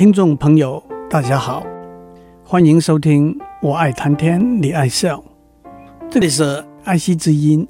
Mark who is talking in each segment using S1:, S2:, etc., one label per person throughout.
S1: 听众朋友大家好，欢迎收听我爱谈天你爱笑，这里是爱惜之音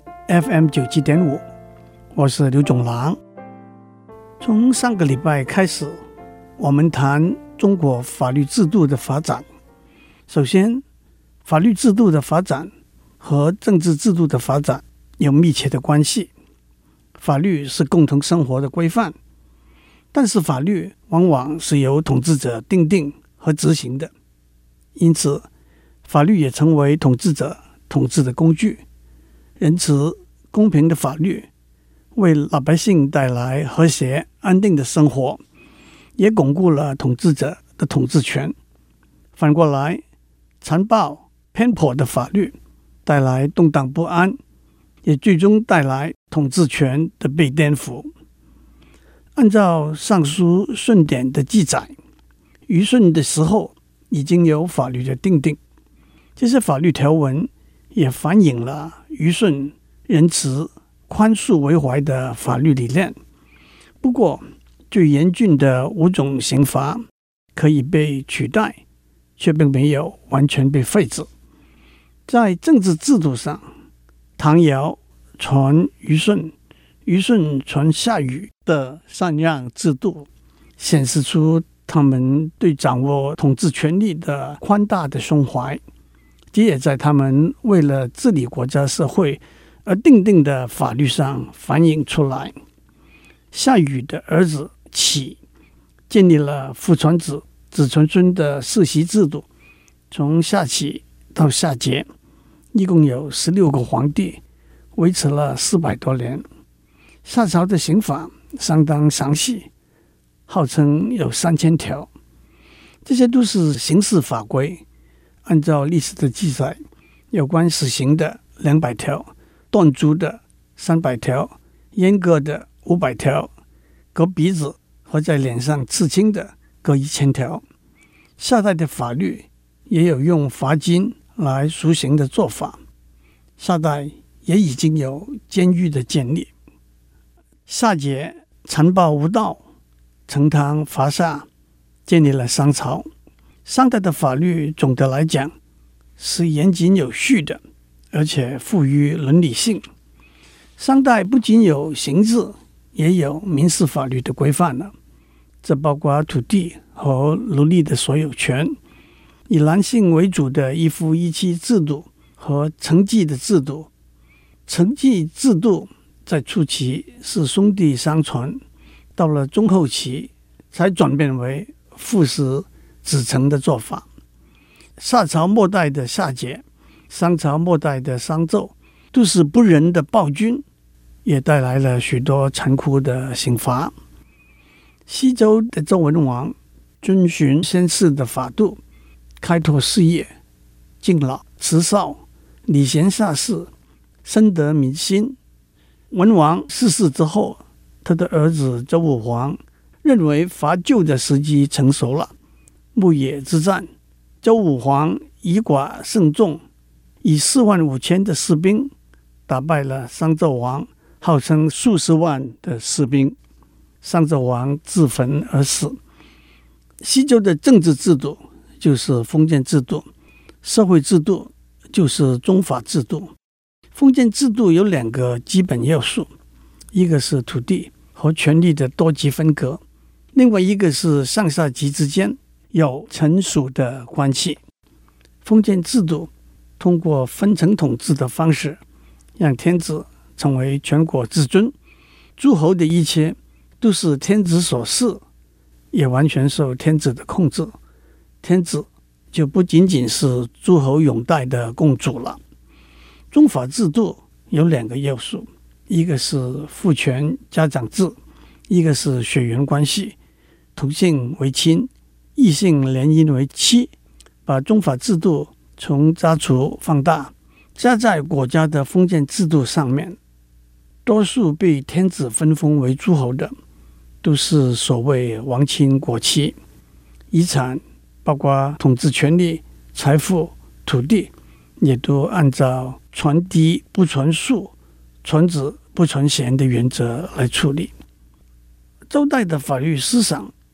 S1: FM97.5， 我是刘总郎。从上个礼拜开始，我们谈中国法律制度的发展。首先，法律制度的发展和政治制度的发展有密切的关系。法律是共同生活的规范，但是法律往往是由统治者订定和执行的，因此法律也成为统治者统治的工具。仁慈公平的法律为老百姓带来和谐安定的生活，也巩固了统治者的统治权。反过来，残暴偏颇的法律带来动荡不安，也最终带来统治权的被颠覆。按照尚书舜典的记载，虞舜的时候已经有法律的订定，这些法律条文也反映了虞舜仁慈宽恕为怀的法律理念。不过最严峻的5种刑罚可以被取代，却并没有完全被废止。在政治制度上，唐尧传虞舜，虞舜传夏禹的禅让制度，显示出他们对掌握统治权力的宽大的胸怀，这也在他们为了治理国家社会而订定的法律上反映出来。夏禹的儿子启建立了父传子子传孙的世袭制度，从夏启到夏桀一共有16个皇帝，维持了400多年。夏朝的刑法相当详细，号称有3000条，这些都是刑事法规。按照历史的记载，有关死刑的200条，断足的300条，阉割的500条，割鼻子和在脸上刺青的各1000条。夏代的法律也有用罚金来赎刑的做法，夏代也已经有监狱的建立。夏桀残暴无道，成汤伐夏，建立了商朝。商代的法律总的来讲是严谨有序的，而且富于伦理性。商代不仅有刑制，也有民事法律的规范了，这包括土地和奴隶的所有权，以男性为主的一夫一妻制度和承继的制度。承继制度在初期是兄弟相传，到了中后期才转变为父死子承的做法。夏朝末代的夏桀，商朝末代的商纣，都是不仁的暴君，也带来了许多残酷的刑罚。西周的周文王遵循先世的法度，开拓事业，敬老慈少，礼贤下士，深得民心。文王逝世之后，他的儿子周武王认为伐旧的时机成熟了。牧野之战，周武王以寡胜众，以45000的士兵打败了商纣王号称数十万的士兵，商纣王自焚而死。西周的政治制度就是封建制度，社会制度就是宗法制度。封建制度有2个基本要素，一个是土地和权力的多级分割，另外一个是上下级之间有臣属的关系。封建制度通过分层统治的方式，让天子成为全国至尊，诸侯的一切都是天子所赐，也完全受天子的控制。天子就不仅仅是诸侯拥戴的共主了。宗法制度有2个要素，一个是父权家长制，一个是血缘关系，同性为亲，异性联姻为妻，把宗法制度从家族放大，加在国家的封建制度上面。多数被天子分封为诸侯的，都是所谓王亲国戚，遗产包括统治权力、财富、土地，也都按照传嫡不传庶、传子不传贤的原则来处理。周代的法律思想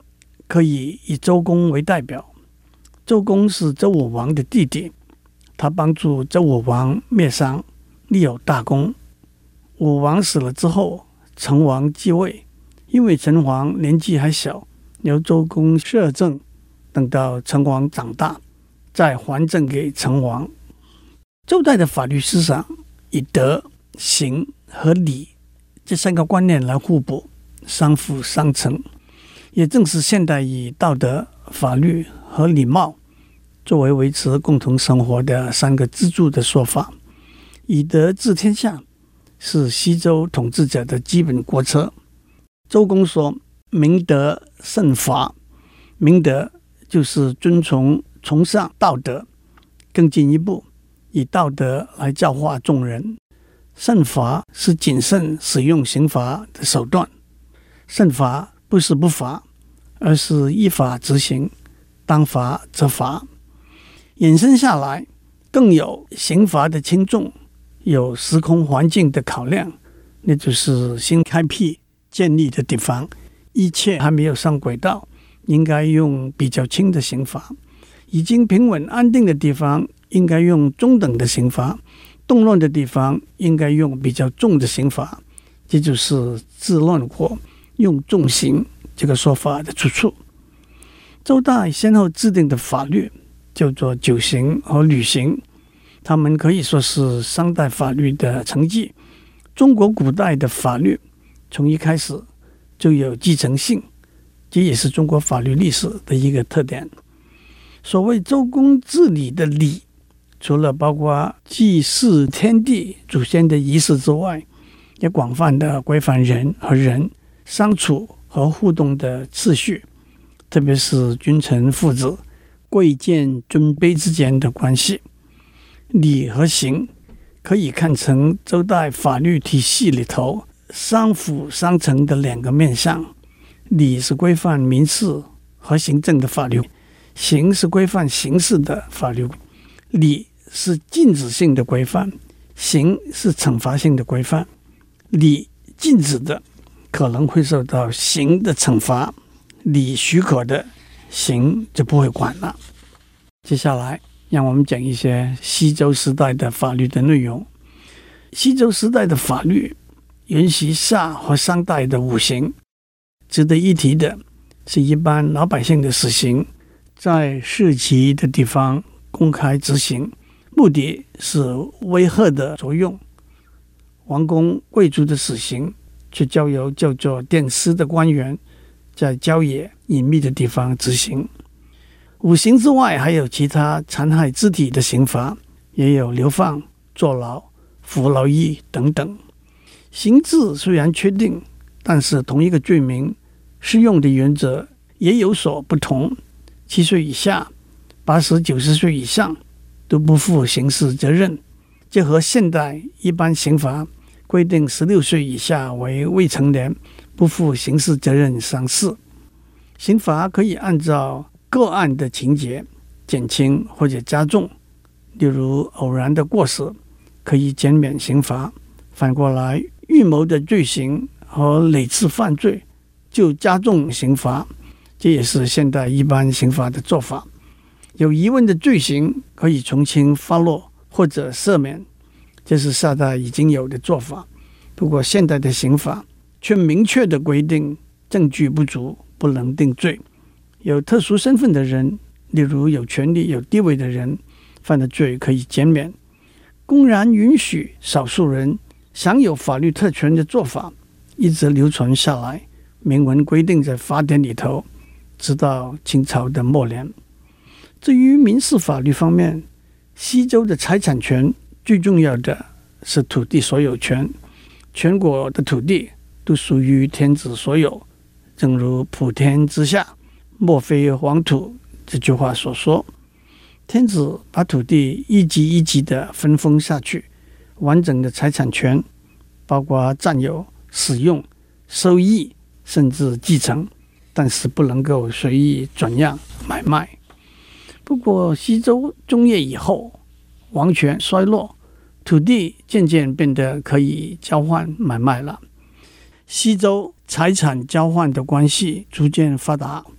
S1: 可以以周公为代表。周公是周武王的弟弟，他帮助周武王灭商，立有大功。武王死了之后，成王继位，因为成王年纪还小，由周公摄政，等到成王长大，再还政给成王。周代的法律思想以德、行和礼这三个观念来互补，相辅相成，也正是现代以道德、法律和礼貌作为维持共同生活的三个支柱的说法。以德治天下是西周统治者的基本国策。周公说：“明德慎罚。”明德就是遵从崇尚道德，更进一步以道德来教化众人。慎罚是谨慎使用刑罚的手段。慎罚不是不罚，而是依法执行，当罚则罚。衍生下来，更有刑罚的轻重，有时空环境的考量，那就是新开辟建立的地方，一切还没有上轨道，应该用比较轻的刑罚；已经平稳安定的地方，应该用中等的刑罚；动乱的地方，应该用比较重的刑罚。这就是治乱国用重刑这个说法的出处。周代先后制定的法律叫做九刑和履刑，它们可以说是商代法律的承继。中国古代的法律从一开始就有继承性，这也是中国法律历史的一个特点。所谓周公治理的礼，除了包括祭祀天地祖先的仪式之外，也广泛的规范人和人相处和互动的次序，特别是君臣父子、贵贱尊卑之间的关系。礼和刑可以看成周代法律体系里头相辅相成的两个面向。礼是规范民事和行政的法律，刑是规范刑事的法律。礼是禁止性的规范，刑是惩罚性的规范。礼禁止的可能会受到刑的惩罚，礼许可的刑就不会管了。接下来让我们讲一些西周时代的法律的内容。西周时代的法律沿袭夏和商代的五刑。值得一提的是，一般老百姓的死刑在市集的地方公开执行，目的是威吓的作用。王公贵族的死刑却交由叫做殿司的官员在郊野隐秘的地方执行。五刑之外，还有其他残害肢体的刑罚，也有流放、坐牢、服劳役等等。刑制虽然确定，但是同一个罪名适用的原则也有所不同。7岁以下、80、90岁以上都不负刑事责任，这和现代一般刑罚规定16岁以下为未成年，不负刑事责任相似。刑罚可以按照个案的情节减轻或者加重，例如偶然的过失可以减免刑罚，反过来预谋的罪行和累次犯罪就加重刑罚，这也是现代一般刑罚的做法。有疑问的罪行可以从轻发落或者赦免，这是夏代已经有的做法。不过现代的刑法却明确的规定证据不足不能定罪。有特殊身份的人，例如有权力有地位的人，犯的罪可以减免。公然允许少数人享有法律特权的做法一直流传下来，明文规定在法典里头，直到清朝的末年。至于民事法律方面，西周的财产权最重要的是土地所有权，全国的土地都属于天子所有，正如普天之下莫非黄土这句话所说。天子把土地一级一级的分封下去，完整的财产权包括占有、使用、收益甚至继承，但是不能够随意转让买卖。不过西周中叶以后，王权衰落，土地渐渐变得可以交换买卖了。西周财产交换的关系逐渐发达，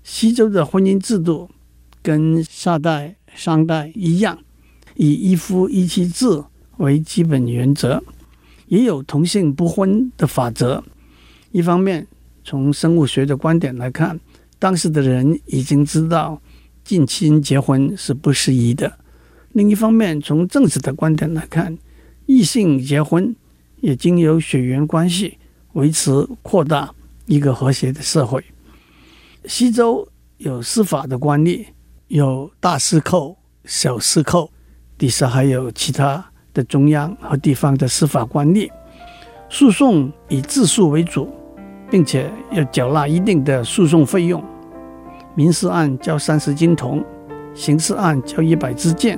S1: 西周的婚姻制度跟夏代、商代一样，以一夫一妻制为基本原则，也有同性不婚的法则。一方面，从生物学的观点来看，当时的人已经知道近亲结婚是不适宜的；另一方面，从政治的观点来看，异性结婚也经由血缘关系维持扩大一个和谐的社会。西周有司法的官吏，有大司寇、小司寇，底下还有其他的中央和地方的司法官吏。诉讼以自诉为主，并且要缴纳一定的诉讼费用。民事案交30金铜，刑事案交100支箭。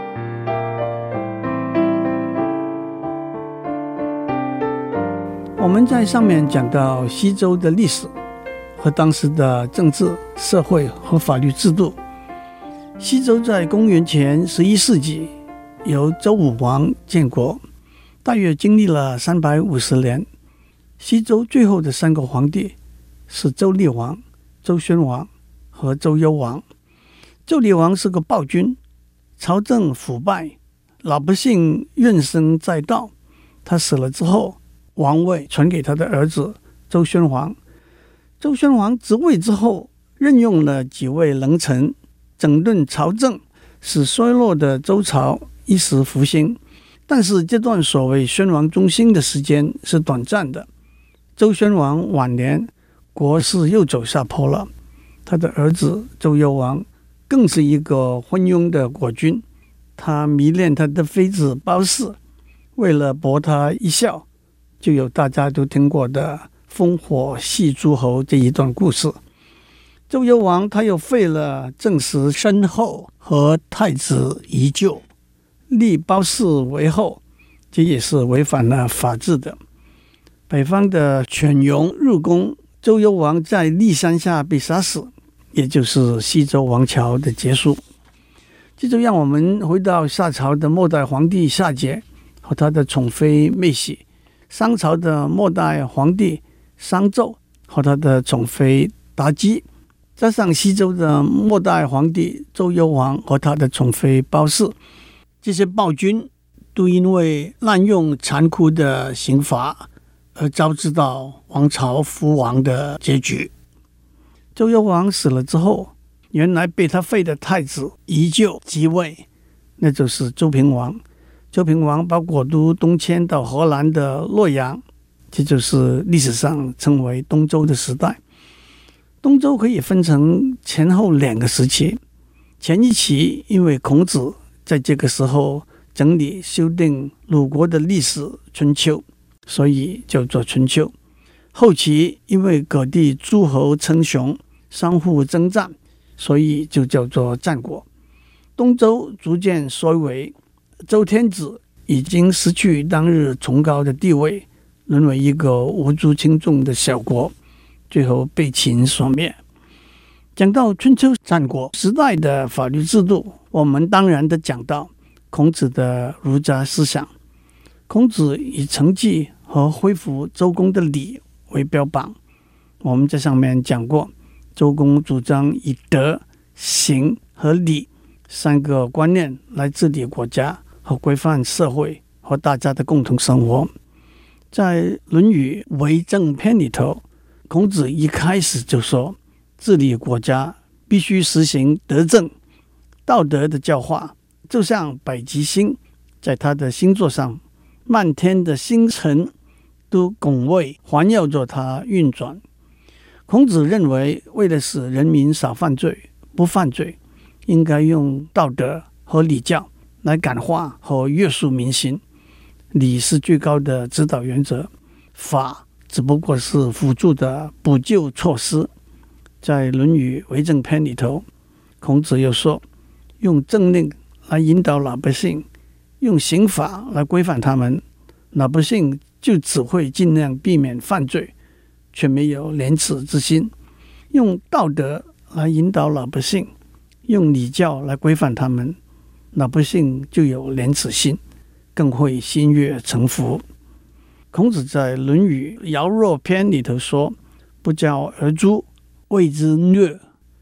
S1: 我们在上面讲到西周的历史和当时的政治、社会和法律制度。西周在公元前11世纪由周武王建国，大约经历了350年。西周最后的3个皇帝是周厉王、周宣王和周幽王。周厉王是个暴君，朝政腐败，老百姓怨声载道。他死了之后，王位传给他的儿子周宣王。周宣王即位之后，任用了几位能臣，整顿朝政，使衰落的周朝一时复兴。但是这段所谓宣王中兴的时间是短暂的。周宣王晚年，国势又走下坡了。他的儿子周幽王更是一个昏庸的国君，他迷恋他的妃子褒姒，为了博他一笑，就有大家都听过的烽火戏诸侯这一段故事。周幽王他又废了正室申后和太子宜臼，立褒姒为后，这也是违反了法治的。北方的犬戎入宫，周幽王在骊山下被杀死，也就是西周王朝的结束。这就让我们回到夏朝的末代皇帝夏桀和他的宠妃妹喜，商朝的末代皇帝商纣和他的宠妃妲己，加上西周的末代皇帝周幽王和他的宠妃褒姒。这些暴君都因为滥用残酷的刑罚而招致到王朝覆亡的结局。周幽王死了之后，原来被他废的太子宜臼即位，那就是周平王。周平王把国都东迁到荷兰的洛阳，这就是历史上称为东周的时代。东周可以分成前后2个时期。前一期因为孔子在这个时候整理修订鲁国的历史春秋，所以叫做春秋。后期因为各地诸侯称雄，相互征战，所以就叫做战国。东周逐渐衰微，周天子已经失去当日崇高的地位，沦为一个无足轻重的小国，最后被秦所灭。讲到春秋战国时代的法律制度，我们当然的讲到孔子的儒家思想。孔子以承继和恢复周公的礼为标榜。我们在上面讲过，周公主张以德、行和礼3个观念来治理国家和规范社会和大家的共同生活。在《论语·为政篇》里头，孔子一开始就说，治理国家必须实行德政。道德的教化就像北极星，在他的星座上，漫天的星辰都拱卫环绕着它运转。孔子认为，为了使人民少犯罪、不犯罪，应该用道德和礼教来感化和约束民心。礼是最高的指导原则，法只不过是辅助的补救措施。在《论语·为政篇》里头，孔子又说，用政令来引导老百姓，用刑法来规范他们，老百姓就只会尽量避免犯罪，却没有廉耻之心；用道德来引导老百姓，用礼教来规范他们，老百姓就有廉耻心，更会心悦诚服。孔子在《论语·尧若篇》里头说，不教而诛，谓之虐；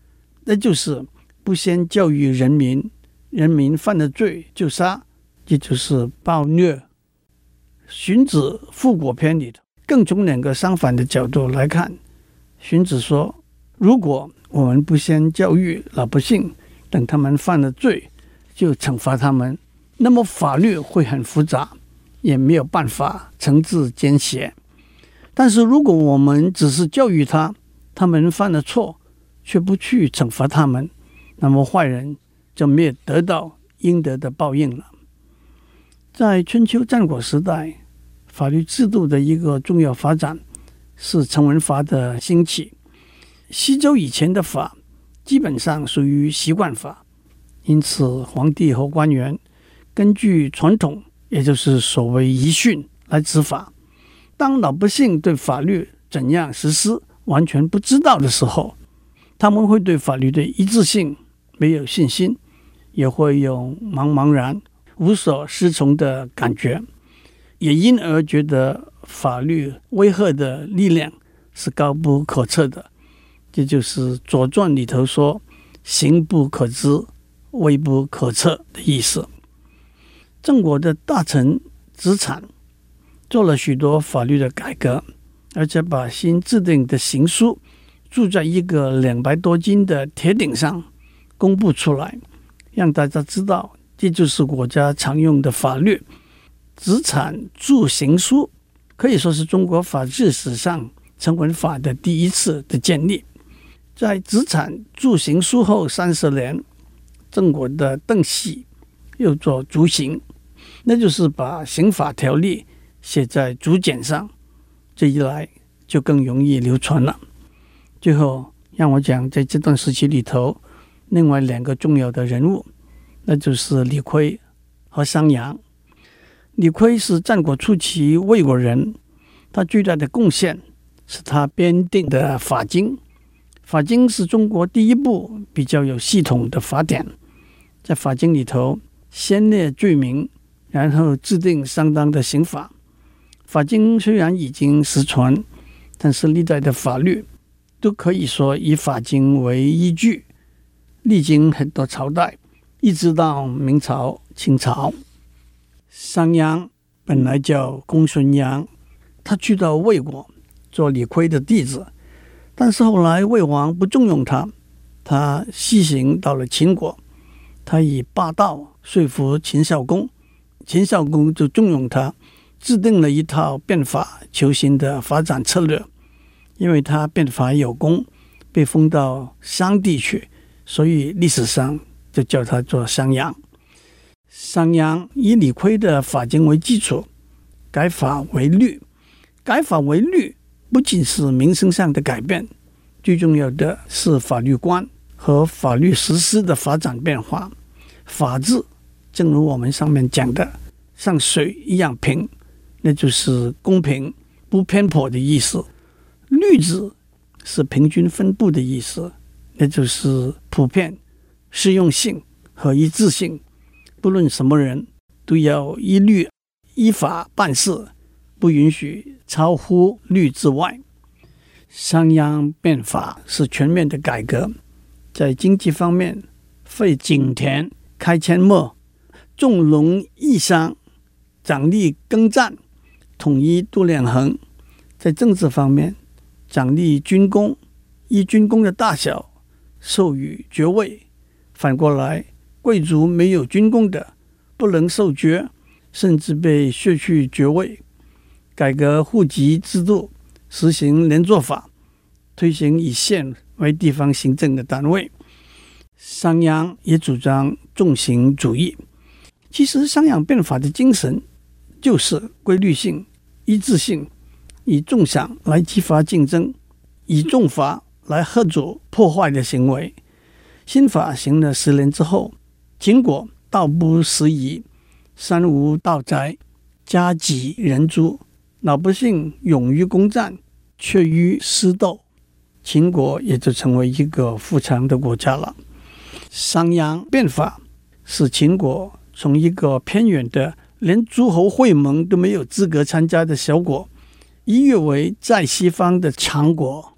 S1: 那就是不先教育人民，人民犯了罪就杀，这就是暴虐。荀子《复国篇》里头更从两个相反的角度来看，荀子说，如果我们不先教育老百姓，等他们犯了罪就惩罚他们，那么法律会很复杂，也没有办法惩治奸邪。但是如果我们只是教育他们犯了错，却不去惩罚他们，那么坏人就没有得到应得的报应了。在春秋战国时代，法律制度的一个重要发展是成文法的兴起。西周以前的法基本上属于习惯法，因此皇帝和官员根据传统，也就是所谓遗训来执法。当老百姓对法律怎样实施完全不知道的时候，他们会对法律的一致性没有信心，也会有茫然无所适从的感觉，也因而觉得法律威吓的力量是高不可测的。这就是《左传》里头说行不可知，威不可测的意思。郑国的大臣子产做了许多法律的改革，而且把新制定的刑书铸在一个200多斤的铁鼎上公布出来，让大家知道这就是国家常用的法律。子产铸刑书可以说是中国法治史上成文法的第一次的建立。在子产铸刑书后30年，郑国的邓析又做竹刑，那就是把刑法条例写在竹简上，这一来就更容易流传了。最后让我讲在这段时期里头另外2个重要的人物，那就是李悝和商鞅。李悝是战国初期魏国人，他最大的贡献是他编订的法经。法经是中国第一部比较有系统的法典，在法经里头先列罪名，然后制定相当的刑法。法经虽然已经失传，但是历代的法律都可以说以法经为依据，历经很多朝代，一直到明朝、清朝。商鞅本来叫公孙鞅，他去到魏国做李悝的弟子，但是后来魏王不重用他，他西行到了秦国，他以霸道说服秦孝公，秦孝公就重用他，制定了一套变法求新的发展策略。因为他变法有功，被封到商地去，所以历史上就叫他做商鞅。商鞅以李悝的法经为基础，改法为律。改法为律不仅是名声上的改变，最重要的是法律观和法律实施的发展变化。法治正如我们上面讲的，像水一样平，那就是公平不偏颇的意思。律治是平均分布的意思，那就是普遍、适用性和一致性，不论什么人都要依律依法办事，不允许超乎律之外。商鞅变法是全面的改革，在经济方面废井田、开阡陌、重农抑商、奖励耕战、统一度量衡。在政治方面，奖励军功，依军功的大小授予爵位。反过来，贵族没有军功的不能受爵，甚至被削去爵位。改革户籍制度，实行连坐法，推行以县为地方行政的单位。商鞅也主张重刑主义。其实商鞅变法的精神就是规律性、一致性，以重赏来激发竞争，以重罚来遏阻破坏的行为。新法行了10年之后，秦国道不拾遗，山无盗宅，家己人诛，老百姓勇于攻战，却于私斗，秦国也就成为一个富强的国家了。商鞅变法使秦国从一个偏远的连诸侯会盟都没有资格参加的小国，一跃为在西方的强国。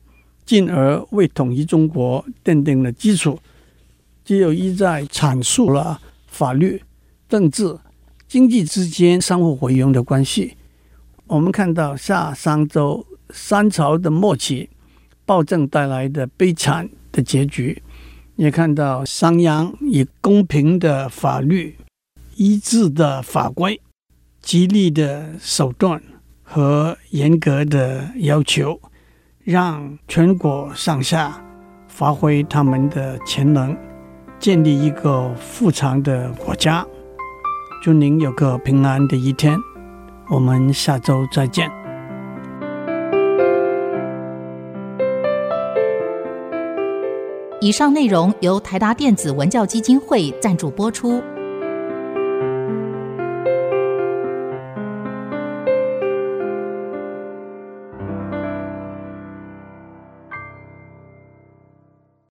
S1: 进而为统一中国奠定了基础。只有一再阐述了法律、政治、经济之间相互回应的关系。我们看到夏商周三朝的末期，暴政带来的悲惨的结局，也看到商鞅以公平的法律、一致的法规、激励的手段和严格的要求，让全国上下发挥他们的潜能，建立一个富强的国家。祝您有个平安的一天，我们下周再见。
S2: 以上内容由台达电子文教基金会赞助播出。